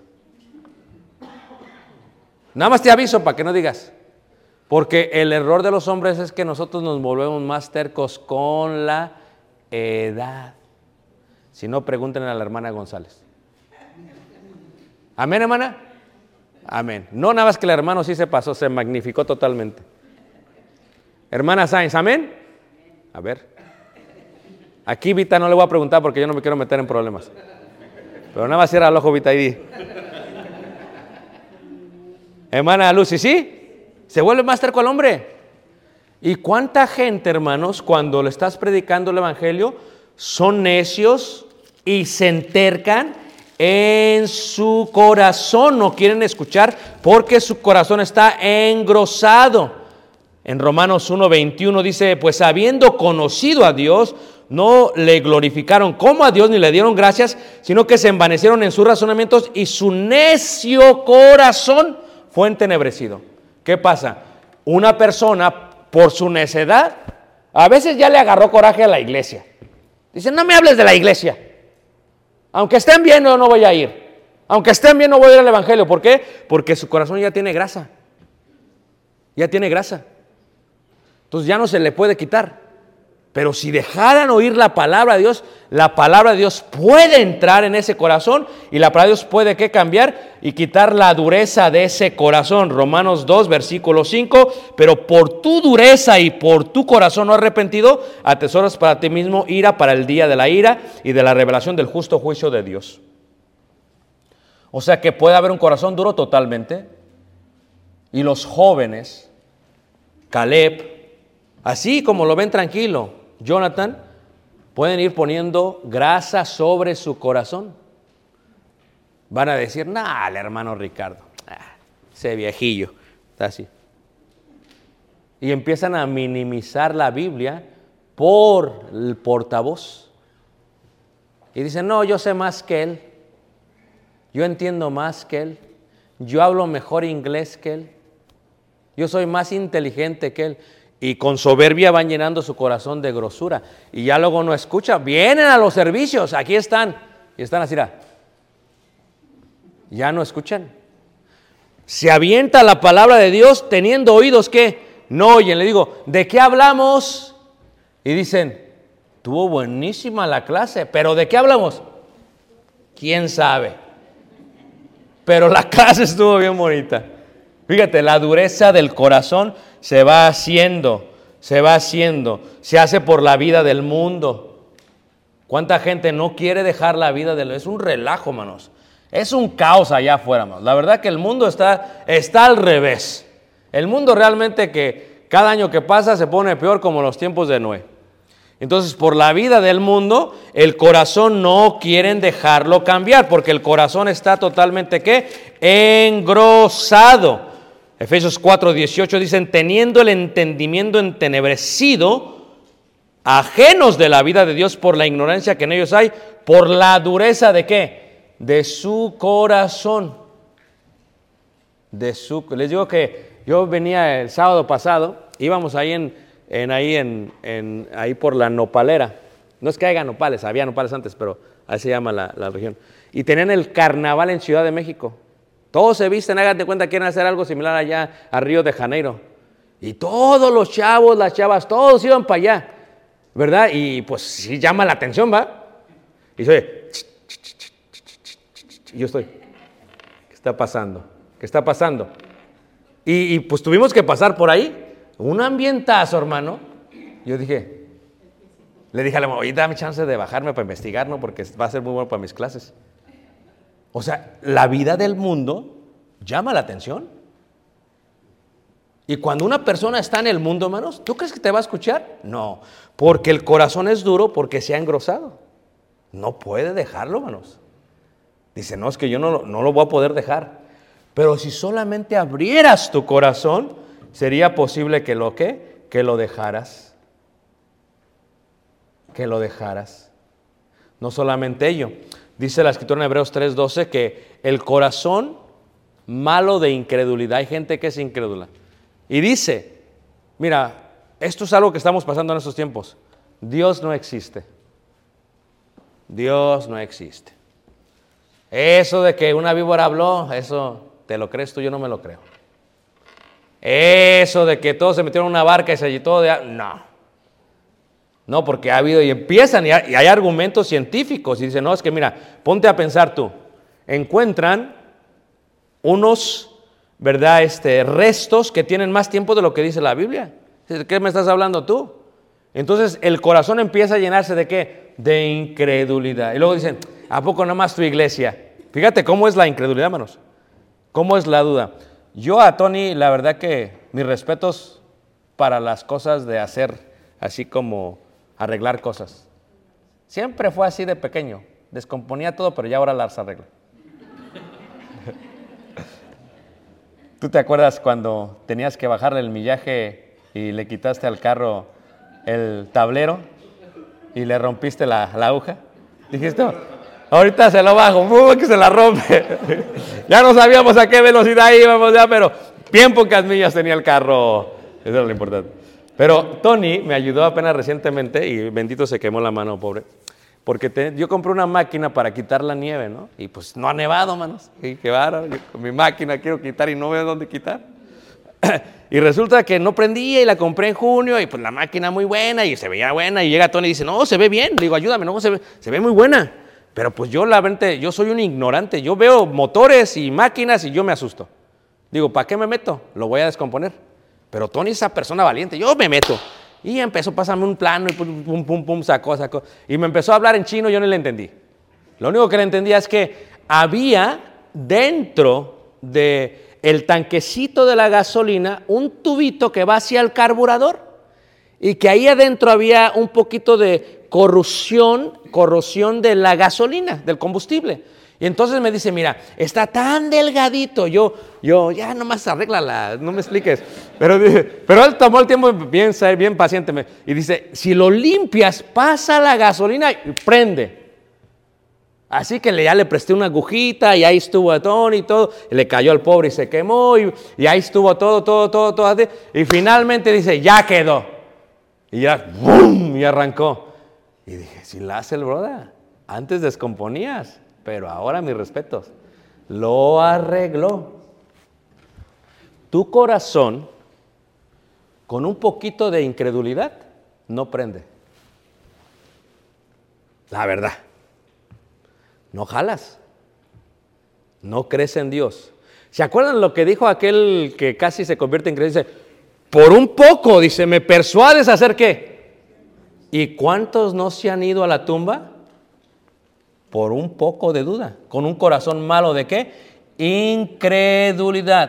Nada más te aviso para que no digas. Porque el error de los hombres es que nosotros nos volvemos más tercos con la edad. Si no, pregúntenle a la hermana González. ¿Amén, hermana? Amén. No, nada más que el hermano sí se pasó, se magnificó totalmente. Hermana Sáenz, ¿amén? A ver. Aquí Vita no le voy a preguntar porque yo no me quiero meter en problemas. Pero nada más cierra el ojo, Vita, y di. Hermana Lucy, ¿sí? Se vuelve más terco al hombre. ¿Y cuánta gente, hermanos, cuando le estás predicando el evangelio, son necios y se entercan en su corazón? No quieren escuchar porque su corazón está engrosado. En Romanos 1:21 dice, pues habiendo conocido a Dios, no le glorificaron como a Dios ni le dieron gracias, sino que se envanecieron en sus razonamientos y su necio corazón fue entenebrecido. ¿Qué pasa? Una persona, por su necedad, a veces ya le agarró coraje a la iglesia. Dice, no me hables de la iglesia. Aunque estén bien, yo no voy a ir. Aunque estén bien, no voy a ir al evangelio. ¿Por qué? Porque su corazón ya tiene grasa. Ya tiene grasa. Entonces ya no se le puede quitar. Pero si dejaran oír la palabra de Dios puede entrar en ese corazón y la palabra de Dios puede ¿qué? Cambiar y quitar la dureza de ese corazón. Romanos 2, versículo 5, pero por tu dureza y por tu corazón no arrepentido, atesoras para ti mismo ira para el día de la ira y de la revelación del justo juicio de Dios. O sea que puede haber un corazón duro totalmente. Y los jóvenes, Caleb, así como lo ven tranquilo, Jonathan, pueden ir poniendo grasa sobre su corazón. Van a decir, nah, el hermano Ricardo, ese viejillo, está así. Y empiezan a minimizar la Biblia por el portavoz. Y dicen, no, yo sé más que él. Yo entiendo más que él. Yo hablo mejor inglés que él. Yo soy más inteligente que él. Y con soberbia van llenando su corazón de grosura. Y ya luego no escuchan. Vienen a los servicios, aquí están. Y están así. Ya no escuchan. Se avienta la palabra de Dios teniendo oídos que no oyen. Le digo, ¿de qué hablamos? Y dicen, estuvo buenísima la clase. ¿Pero de qué hablamos? ¿Quién sabe? Pero la clase estuvo bien bonita. Fíjate, la dureza del corazón se va haciendo, se hace por la vida del mundo. ¿Cuánta gente no quiere dejar la vida del mundo? Es un relajo, manos. Es un caos allá afuera, manos. La verdad que el mundo está al revés. El mundo realmente que cada año que pasa se pone peor como los tiempos de Noé. Entonces, por la vida del mundo, el corazón no quieren dejarlo cambiar, porque el corazón está totalmente, ¿qué? Engrosado. Efesios 4:18 dicen, teniendo el entendimiento entenebrecido, ajenos de la vida de Dios por la ignorancia que en ellos hay, por la dureza ¿de qué? De su corazón. Les digo que yo venía el sábado pasado, íbamos ahí ahí por la nopalera. No es que haya nopales, había nopales antes, pero así se llama la región. Y tenían el carnaval en Ciudad de México. Todos se visten, háganse cuenta, quieren hacer algo similar allá a Río de Janeiro. Y todos los chavos, las chavas, todos iban para allá, ¿verdad? Y pues sí llama la atención, ¿va? Y soy, y yo estoy, ¿qué está pasando? ¿Qué está pasando? Y pues tuvimos que pasar por ahí, un ambientazo, hermano. Yo le dije a la mamá, oye, dame chance de bajarme para investigar, ¿no? Porque va a ser muy bueno para mis clases. O sea, la vida del mundo llama la atención. Y cuando una persona está en el mundo, hermanos, ¿tú crees que te va a escuchar? No, porque el corazón es duro, porque se ha engrosado. No puede dejarlo, hermanos. Dice, no, es que yo no lo voy a poder dejar. Pero si solamente abrieras tu corazón, sería posible que lo dejaras. Que lo dejaras. No solamente ello. Dice la escritura en Hebreos 3:12 que el corazón malo de incredulidad, hay gente que es incrédula. Y dice, mira, esto es algo que estamos pasando en estos tiempos. Dios no existe. Dios no existe. Eso de que una víbora habló, eso te lo crees tú, yo no me lo creo. Eso de que todos se metieron en una barca y se agitó, no, porque ha habido y empiezan y hay argumentos científicos y dicen, no, es que mira, ponte a pensar tú, encuentran unos, ¿verdad? Restos que tienen más tiempo de lo que dice la Biblia. ¿De qué me estás hablando tú? Entonces el corazón empieza a llenarse ¿de qué? De incredulidad. Y luego dicen, ¿a poco nada más tu iglesia? Fíjate cómo es la incredulidad, hermanos. ¿Cómo es la duda? Yo a Tony, la verdad que mis respetos para las cosas de hacer, así como arreglar cosas. Siempre fue así de pequeño. Descomponía todo, pero ya ahora las arregla. ¿Tú te acuerdas cuando tenías que bajarle el millaje y le quitaste al carro el tablero y le rompiste la aguja? Dijiste, ahorita se lo bajo, que se la rompe. Ya no sabíamos a qué velocidad íbamos ya, pero bien pocas millas tenía el carro. Eso era lo importante. Pero Tony me ayudó apenas recientemente y bendito se quemó la mano, pobre. Porque yo compré una máquina para quitar la nieve, ¿no? Y pues no ha nevado, manos. Y qué bárbaro, yo con mi máquina quiero quitar y no veo dónde quitar. Y resulta que no prendía y la compré en junio y pues la máquina muy buena y se veía buena. Y llega Tony y dice, no, se ve bien. Le digo, ayúdame, no, se ve muy buena. Pero pues yo yo soy un ignorante. Yo veo motores y máquinas y yo me asusto. Digo, ¿para qué me meto? Lo voy a descomponer. Pero Tony es esa persona valiente. Yo me meto. Y empezó a pasarme un plano y pum, sacó. Y me empezó a hablar en chino, yo no le entendí. Lo único que le entendía es que había dentro del tanquecito de la gasolina un tubito que va hacia el carburador. Y que ahí adentro había un poquito de corrosión de la gasolina, del combustible. Y entonces me dice, mira, está tan delgadito, yo ya nomás arréglala, no me expliques. Pero él tomó el tiempo bien paciente y dice, si lo limpias, pasa la gasolina y prende. Así que ya le presté una agujita y ahí estuvo a Tony y todo, y le cayó al pobre y se quemó y ahí estuvo todo así, y finalmente dice, ya quedó. Y ya, ¡bum!, y arrancó. Y dije, si la hace el brother, antes descomponías. Pero ahora, mis respetos, lo arregló. Tu corazón, con un poquito de incredulidad, no prende. La verdad. No jalas. No crees en Dios. ¿Se acuerdan lo que dijo aquel que casi se convierte en creyente? Dice, por un poco, dice, ¿me persuades a hacer qué? ¿Y cuántos no se han ido a la tumba? Por un poco de duda, con un corazón malo ¿de qué? Incredulidad.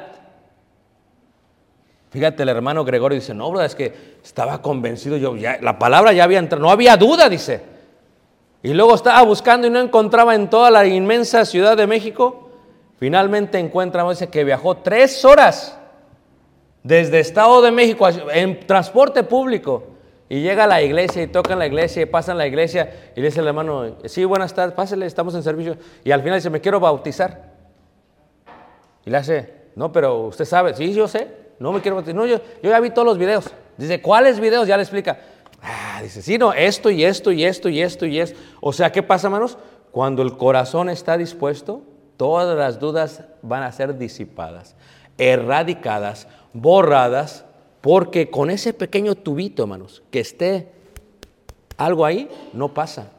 Fíjate, el hermano Gregorio dice, no, bro, es que estaba convencido, la palabra ya había entrado, no había duda, dice. Y luego estaba buscando y no encontraba en toda la inmensa Ciudad de México. Finalmente encuentra, dice que viajó 3 horas desde Estado de México en transporte público. Y llega a la iglesia y toca en la iglesia y pasa en la iglesia y le dice al hermano, sí, buenas tardes, pásale, estamos en servicio. Y al final dice, me quiero bautizar. Y le hace, no, pero usted sabe, sí, yo sé, no me quiero bautizar. No, yo ya vi todos los videos. Dice, ¿cuáles videos? Ya le explica. Dice, sí, no, esto y esto y esto y esto y esto. O sea, ¿qué pasa, hermanos? Cuando el corazón está dispuesto, todas las dudas van a ser disipadas, erradicadas, borradas. Porque con ese pequeño tubito, hermanos, que esté algo ahí, no pasa.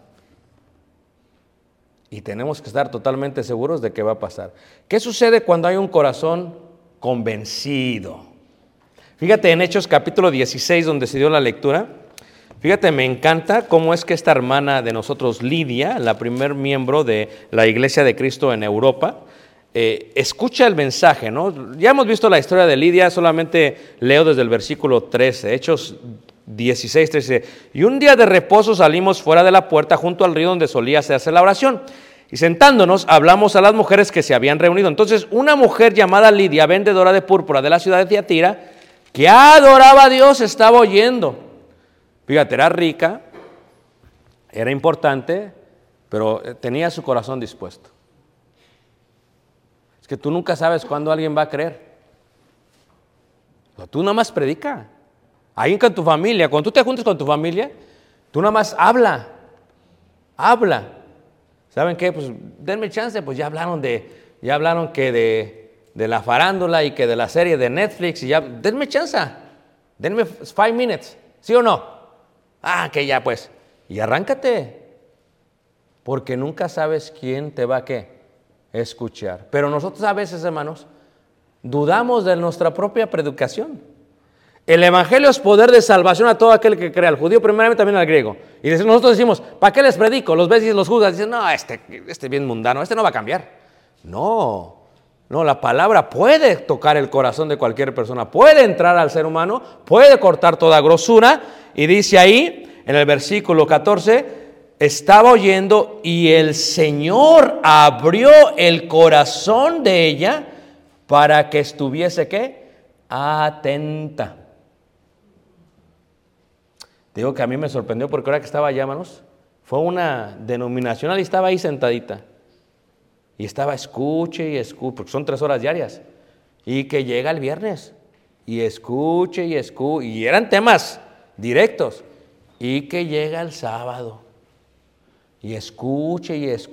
Y tenemos que estar totalmente seguros de que va a pasar. ¿Qué sucede cuando hay un corazón convencido? Fíjate en Hechos capítulo 16, donde se dio la lectura. Fíjate, me encanta cómo es que esta hermana de nosotros, Lidia, la primer miembro de la Iglesia de Cristo en Europa, escucha el mensaje, ¿no? Ya hemos visto la historia de Lidia, solamente leo desde el versículo 13, Hechos 16, 13. Y un día de reposo salimos fuera de la puerta junto al río donde solía hacerse la oración. Y sentándonos hablamos a las mujeres que se habían reunido. Entonces una mujer llamada Lidia, vendedora de púrpura de la ciudad de Tiatira, que adoraba a Dios, estaba oyendo. Fíjate, era rica, era importante, pero tenía su corazón dispuesto. Que tú nunca sabes cuándo alguien va a creer. Tú nada más predica. Ahí con tu familia, cuando tú te juntes con tu familia, tú nada más habla. ¿Saben qué? Pues denme chance, pues ya hablaron que de la farándula y que de la serie de Netflix y ya, denme chance, denme 5 minutes, ¿sí o no? Que ya pues, y arráncate, porque nunca sabes quién te va a escuchar. Pero nosotros a veces, hermanos, dudamos de nuestra propia predicación. El evangelio es poder de salvación a todo aquel que crea, al judío primeramente, también al griego. Y nosotros decimos, ¿para qué les predico? Los ves y los juzgas, dicen, no, este bien mundano, no va a cambiar. No, la palabra puede tocar el corazón de cualquier persona, puede entrar al ser humano, puede cortar toda grosura. Y dice ahí, en el versículo 14, estaba oyendo y el Señor abrió el corazón de ella para que estuviese, ¿qué? Atenta. Digo que a mí me sorprendió porque ahora que estaba allá, hermanos, fue una denominacional y estaba ahí sentadita. Y estaba escuche, porque son 3 horas diarias. Y que llega el viernes y escuche, y eran temas directos. Y que llega el sábado y escuche.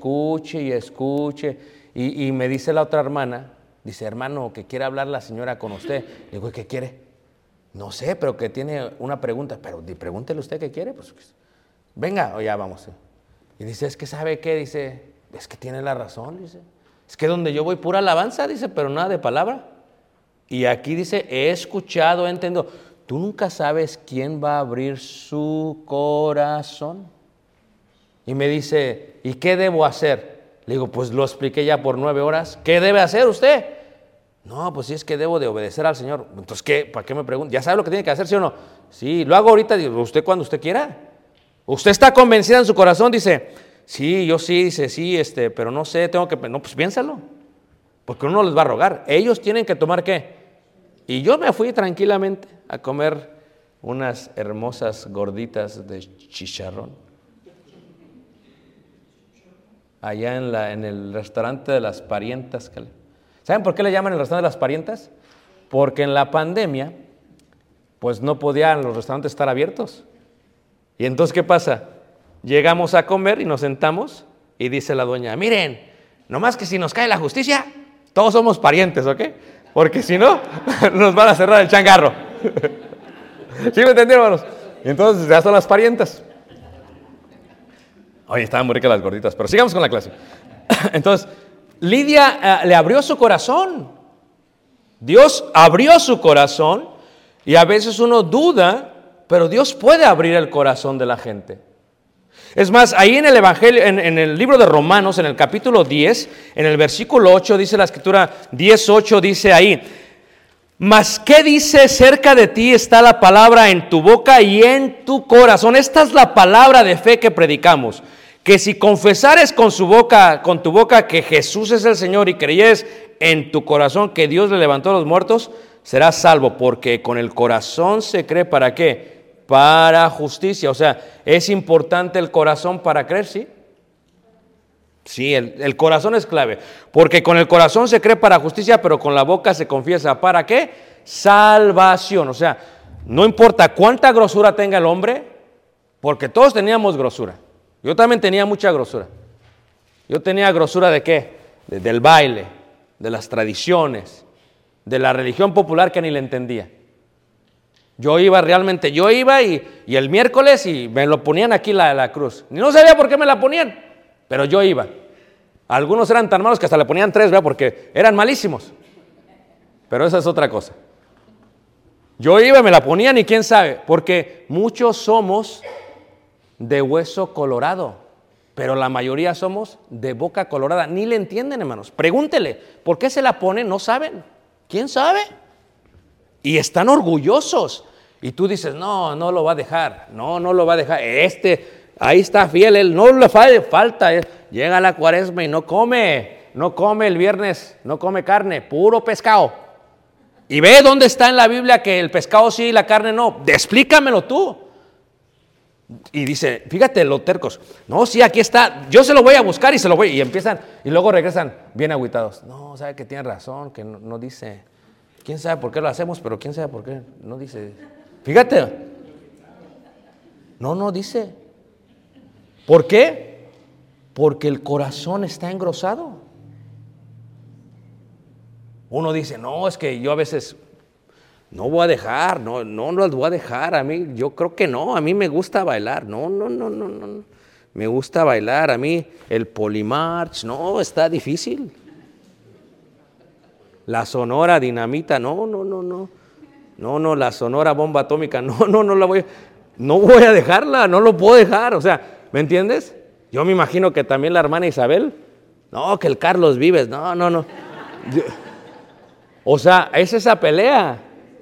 Y me dice la otra hermana, dice, hermano, que quiere hablar la señora con usted. Le digo, ¿qué quiere? No sé, pero que tiene una pregunta. Pero pregúntele usted qué quiere. Pues venga, o ya vamos. Y dice, es que ¿sabe qué? Dice, es que tiene la razón, dice. Es que donde yo voy pura alabanza, dice, pero nada de palabra. Y aquí dice, he escuchado, he entendido. Tú nunca sabes quién va a abrir su corazón. Y me dice, ¿y qué debo hacer? Le digo, pues lo expliqué ya por 9 horas. ¿Qué debe hacer usted? No, pues sí, es que debo de obedecer al Señor. Entonces, ¿qué? ¿Para qué me pregunta? ¿Ya sabe lo que tiene que hacer, sí o no? Sí, lo hago ahorita, digo, usted cuando usted quiera. Usted está convencida en su corazón, dice, sí, yo sí, dice, sí, pero no sé, tengo que... No, pues piénsalo, porque uno les va a rogar. Ellos tienen que tomar, ¿qué? Y yo me fui tranquilamente a comer unas hermosas gorditas de chicharrón. Allá en el restaurante de las parientas. ¿Saben por qué le llaman el restaurante de las parientas? Porque en la pandemia, pues no podían los restaurantes estar abiertos. Y entonces, ¿qué pasa? Llegamos a comer y nos sentamos y dice la dueña, miren, nomás que si nos cae la justicia, todos somos parientes, ¿ok? Porque si no, nos van a cerrar el changarro. ¿Sí me entendieron, hermanos? Y entonces ya son las parientas. Oye, estaban muy ricas las gorditas, pero sigamos con la clase. Entonces, Lidia le abrió su corazón. Dios abrió su corazón y a veces uno duda, pero Dios puede abrir el corazón de la gente. Es más, ahí en el Evangelio, en el libro de Romanos, en el capítulo 10, en el versículo 8, dice la Escritura 10:8, dice ahí, mas ¿qué dice? Cerca de ti está la palabra en tu boca y en tu corazón. Esta es la palabra de fe que predicamos. Que si confesares con tu boca que Jesús es el Señor y creyeres en tu corazón que Dios le levantó a los muertos, serás salvo, porque con el corazón se cree ¿para qué? Para justicia. O sea, es importante el corazón para creer, ¿sí? Sí, el corazón es clave, porque con el corazón se cree para justicia, pero con la boca se confiesa ¿para qué? Salvación. O sea, no importa cuánta grosura tenga el hombre, porque todos teníamos grosura. Yo también tenía mucha grosura. Yo tenía grosura ¿de qué? Del baile, de las tradiciones, de la religión popular que ni le entendía. Yo iba y el miércoles y me lo ponían aquí la cruz. No sabía por qué me la ponían, pero yo iba. Algunos eran tan malos que hasta le ponían 3, ¿verdad? Porque eran malísimos. Pero esa es otra cosa. Yo iba y me la ponían y quién sabe, porque muchos somos de hueso colorado, pero la mayoría somos de boca colorada. Ni le entienden, hermanos. Pregúntele, ¿por qué se la ponen? No saben. ¿Quién sabe? Y están orgullosos. Y tú dices, no lo va a dejar. No lo va a dejar. Ahí está fiel, él no le falta. Llega la cuaresma y no come el viernes, no come carne, puro pescado. Y ve dónde está en la Biblia que el pescado sí y la carne no. Explícamelo tú. Y dice, fíjate los tercos. No, sí, aquí está. Yo se lo voy a buscar y empiezan y luego regresan bien agüitados. No, sabe que tiene razón, que no dice. ¿Quién sabe por qué lo hacemos? Pero quién sabe por qué no dice. Fíjate. No dice. ¿Por qué? Porque el corazón está engrosado. Uno dice, no, es que yo a veces no voy a dejar, no las voy a dejar. A mí, yo creo que no, a mí me gusta bailar. No. Me gusta bailar. A mí el Polymarch, no, está difícil. La Sonora Dinamita, no, la Sonora Bomba Atómica, no voy a dejarla, no lo puedo dejar. O sea, ¿me entiendes? Yo me imagino que también la hermana Isabel, no, que el Carlos Vives, no. O sea, es esa pelea.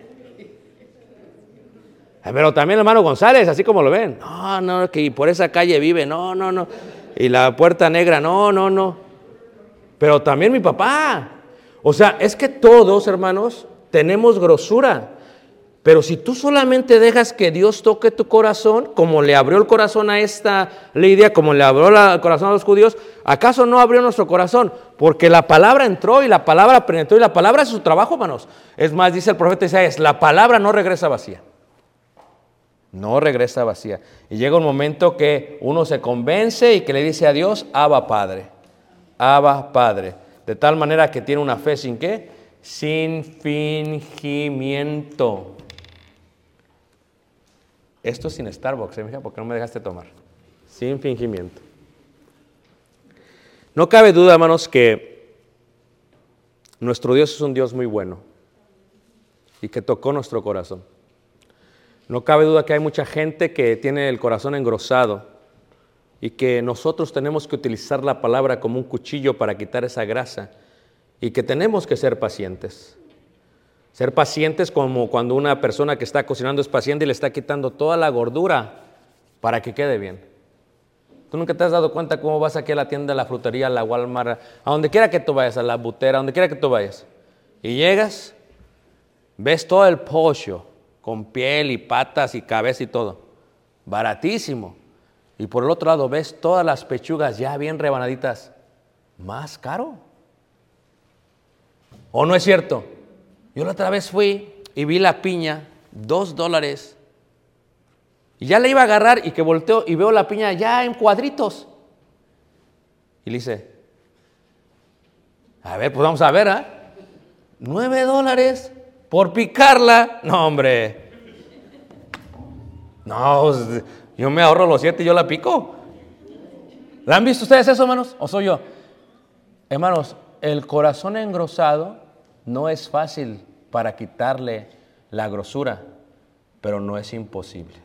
Pero también el hermano González, así como lo ven. No, que por esa calle vive, no. Y la Puerta Negra, no. Pero también mi papá. O sea, es que todos, hermanos, tenemos grosura. Pero si tú solamente dejas que Dios toque tu corazón, como le abrió el corazón a esta Lidia, como le abrió el corazón a los judíos, ¿acaso no abrió nuestro corazón? Porque la palabra entró y la palabra penetró y la palabra es su trabajo, hermanos. Es más, dice el profeta Isaías, la palabra no regresa vacía. No regresa vacía. Y llega un momento que uno se convence y que le dice a Dios, Abba Padre. Abba Padre. De tal manera que tiene una fe sin ¿qué? Sin fingimiento. Esto es sin Starbucks, ¿eh, mija? Porque no me dejaste tomar. Sin fingimiento. No cabe duda, hermanos, que nuestro Dios es un Dios muy bueno y que tocó nuestro corazón. No cabe duda que hay mucha gente que tiene el corazón engrosado y que nosotros tenemos que utilizar la palabra como un cuchillo para quitar esa grasa y que tenemos que ser pacientes. Ser pacientes como cuando una persona que está cocinando es paciente y le está quitando toda la gordura para que quede bien. ¿Tú nunca te has dado cuenta cómo vas aquí a la tienda, a la frutería, a la Walmart, a donde quiera que tú vayas, a la butera, a donde quiera que tú vayas? Y llegas, ves todo el pollo con piel y patas y cabeza y todo, baratísimo. Y por el otro lado ves todas las pechugas ya bien rebanaditas, más caro. ¿O no es cierto? Yo la otra vez fui y vi la piña, $2. Y ya le iba a agarrar y que volteo y veo la piña ya en cuadritos. Y le dice, a ver, pues vamos a ver, ¿eh? $9 por picarla. No, hombre. No, yo me ahorro los 7 y yo la pico. ¿La han visto ustedes eso, hermanos? ¿O soy yo? Hermanos, el corazón engrosado no es fácil para quitarle la grosura, pero no es imposible.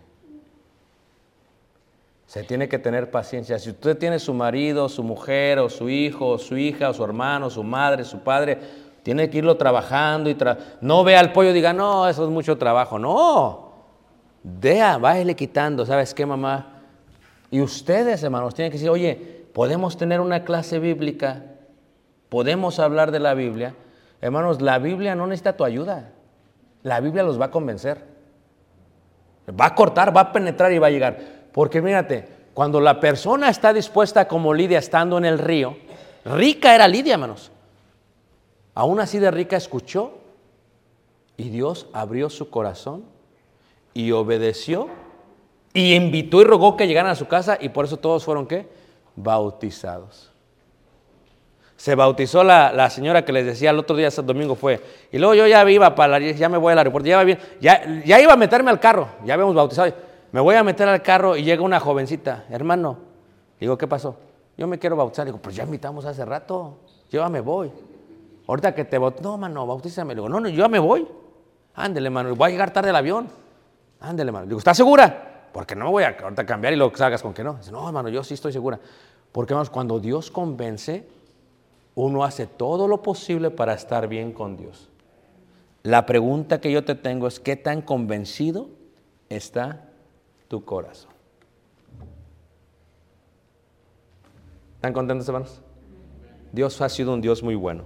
Se tiene que tener paciencia. Si usted tiene su marido, su mujer, o su hijo, o su hija, o su hermano, su madre, su padre, tiene que irlo trabajando y no vea al pollo y diga, no, eso es mucho trabajo. No, váyale quitando. ¿Sabes qué, mamá? Y ustedes, hermanos, tienen que decir, oye, podemos tener una clase bíblica, podemos hablar de la Biblia. Hermanos, la Biblia no necesita tu ayuda. La Biblia los va a convencer. Va a cortar, va a penetrar y va a llegar. Porque mírate, cuando la persona está dispuesta como Lidia estando en el río, rica era Lidia, hermanos. Aún así de rica escuchó y Dios abrió su corazón y obedeció y invitó y rogó que llegaran a su casa y por eso todos fueron ¿qué? Bautizados. Se bautizó la señora que les decía el otro día, ese domingo fue. Y luego yo ya iba ya me voy al aeropuerto, ya iba a meterme al carro, ya habíamos bautizado. Me voy a meter al carro y llega una jovencita, hermano. Digo, ¿qué pasó? Yo me quiero bautizar. Digo, pues ya invitamos hace rato, yo ya me voy. Ahorita que te bautizo, no, mano, bautízame. Digo, no, yo ya me voy. Ándele, mano, voy a llegar tarde al avión. Ándele, mano. Digo, ¿estás segura? Porque no voy a ahorita cambiar y luego salgas con que no. Dice, no, hermano, yo sí estoy segura. Porque, hermanos, cuando Dios convence, uno hace todo lo posible para estar bien con Dios. La pregunta que yo te tengo es, ¿qué tan convencido está tu corazón? ¿Están contentos, hermanos? Dios ha sido un Dios muy bueno.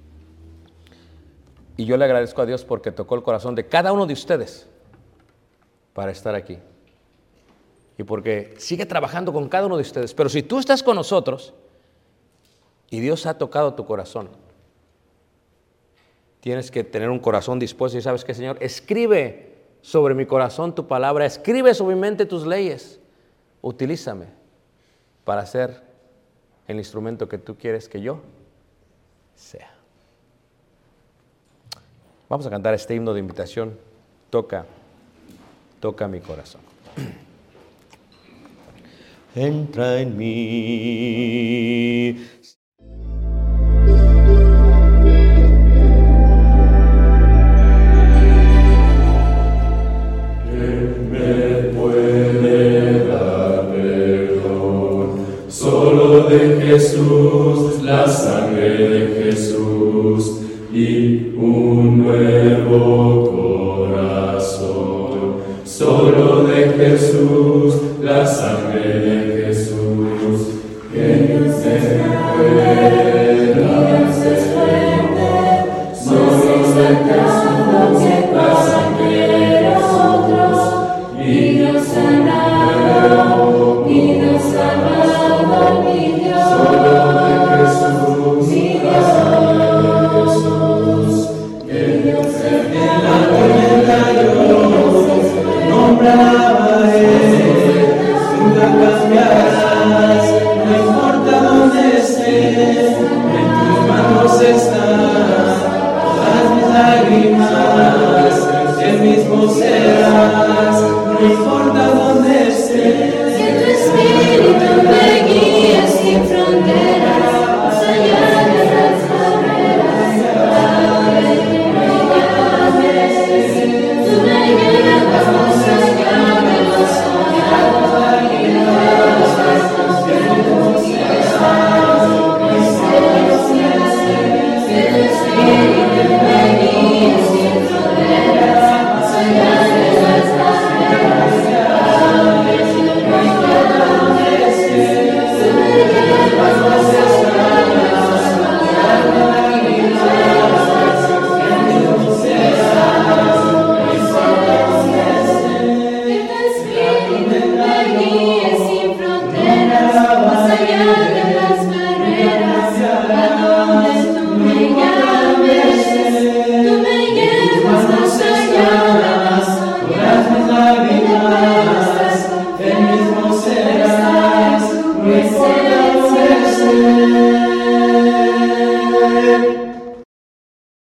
Y yo le agradezco a Dios porque tocó el corazón de cada uno de ustedes para estar aquí. Y porque sigue trabajando con cada uno de ustedes. Pero si tú estás con nosotros y Dios ha tocado tu corazón, tienes que tener un corazón dispuesto y ¿sabes qué, Señor? Escribe sobre mi corazón tu palabra, escribe sobre mi mente tus leyes. Utilízame para ser el instrumento que tú quieres que yo sea. Vamos a cantar este himno de invitación. Toca mi corazón. Entra en mí. Solo de Jesús, la sangre de Jesús y un nuevo corazón. Solo de Jesús, la sangre de Jesús, que Dios es fuerte, Dios es fuerte, solo de Jesús, la sangre de nosotros, y Dios sanado, y Dios sanado, mi Dios, solo de Jesús, mi Dios, que Dios es en la tormenta yo nombraba Él, nunca cambiarás, no importa dónde estés, en tus manos están todas mis lágrimas, el mismo serás, no importa dónde estés. Que tu espíritu me guíe sin fronteras, más allá de las barreras, abre tu llaves. Tú me llevas más allá de los soñados, y los pastos de tus miserias. Que tu espíritu me guíe sin fronteras, más allá de las barreras, abre tu llaves. Tú me llevas más allá de los soñados, y los pastos de tus miserias. Que tu espíritu me guíe sin fronteras, más allá de